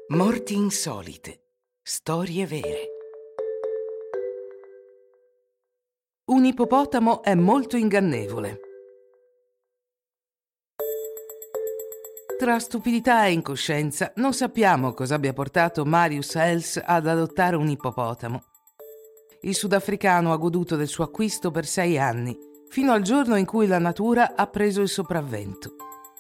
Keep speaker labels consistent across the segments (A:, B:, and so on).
A: Morti insolite. Storie vere. Un ippopotamo è molto ingannevole. Tra stupidità e incoscienza non sappiamo cosa abbia portato Marius Els ad adottare un ippopotamo. Il sudafricano ha goduto del suo acquisto per 6 anni, fino al giorno in cui la natura ha preso il sopravvento.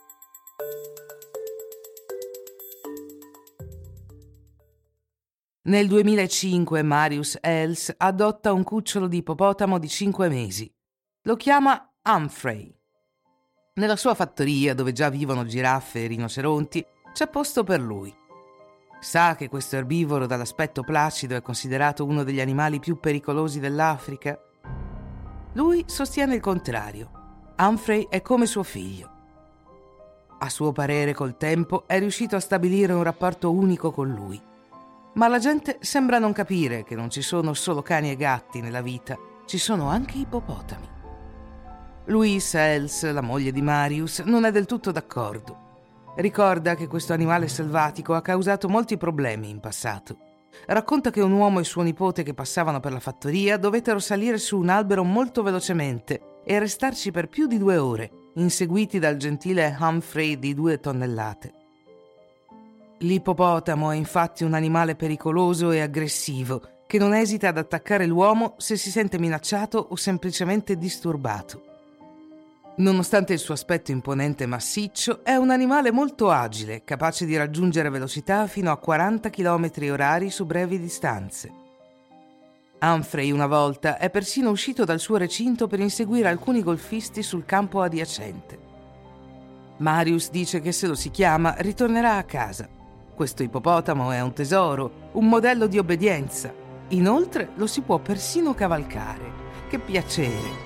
A: Nel 2005 Marius Els adotta un cucciolo di ippopotamo di 5 mesi. Lo chiama Humphrey. Nella sua fattoria, dove già vivono giraffe e rinoceronti, c'è posto per lui. Sa che questo erbivoro dall'aspetto placido è considerato uno degli animali più pericolosi dell'Africa? Lui sostiene il contrario. Humphrey è come suo figlio. A suo parere, col tempo, è riuscito a stabilire un rapporto unico con lui. Ma la gente sembra non capire che non ci sono solo cani e gatti nella vita, ci sono anche ippopotami. Louise Els, la moglie di Marius, non è del tutto d'accordo. Ricorda che questo animale selvatico ha causato molti problemi in passato. Racconta che un uomo e suo nipote che passavano per la fattoria dovettero salire su un albero molto velocemente e restarci per più di 2 ore, inseguiti dal gentile Humphrey di 2 tonnellate. L'ippopotamo è infatti un animale pericoloso e aggressivo che non esita ad attaccare l'uomo se si sente minacciato o semplicemente disturbato. Nonostante il suo aspetto imponente e massiccio, è un animale molto agile, capace di raggiungere velocità fino a 40 km/h su brevi distanze. Humphrey una volta è persino uscito dal suo recinto per inseguire alcuni golfisti sul campo adiacente. Marius dice che se lo si chiama ritornerà a casa. Questo ippopotamo è un tesoro, un modello di obbedienza. Inoltre lo si può persino cavalcare. Che piacere!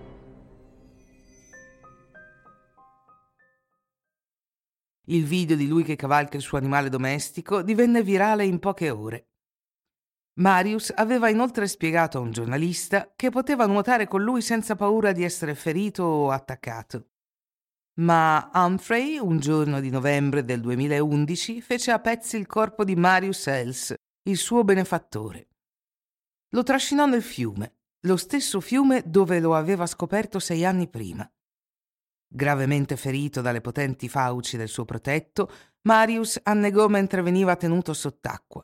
A: Il video di lui che cavalca il suo animale domestico divenne virale in poche ore. Marius aveva inoltre spiegato a un giornalista che poteva nuotare con lui senza paura di essere ferito o attaccato. Ma Humphrey, un giorno di novembre del 2011, fece a pezzi il corpo di Marius Els, il suo benefattore. Lo trascinò nel fiume, lo stesso fiume dove lo aveva scoperto 6 anni prima. Gravemente ferito dalle potenti fauci del suo protetto, Marius annegò mentre veniva tenuto sott'acqua.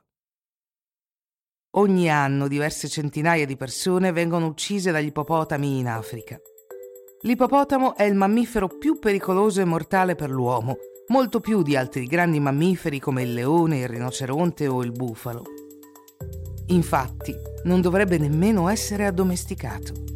A: Ogni anno diverse centinaia di persone vengono uccise dagli ippopotami in Africa. L'ippopotamo è il mammifero più pericoloso e mortale per l'uomo, molto più di altri grandi mammiferi come il leone, il rinoceronte o il bufalo. Infatti, non dovrebbe nemmeno essere addomesticato.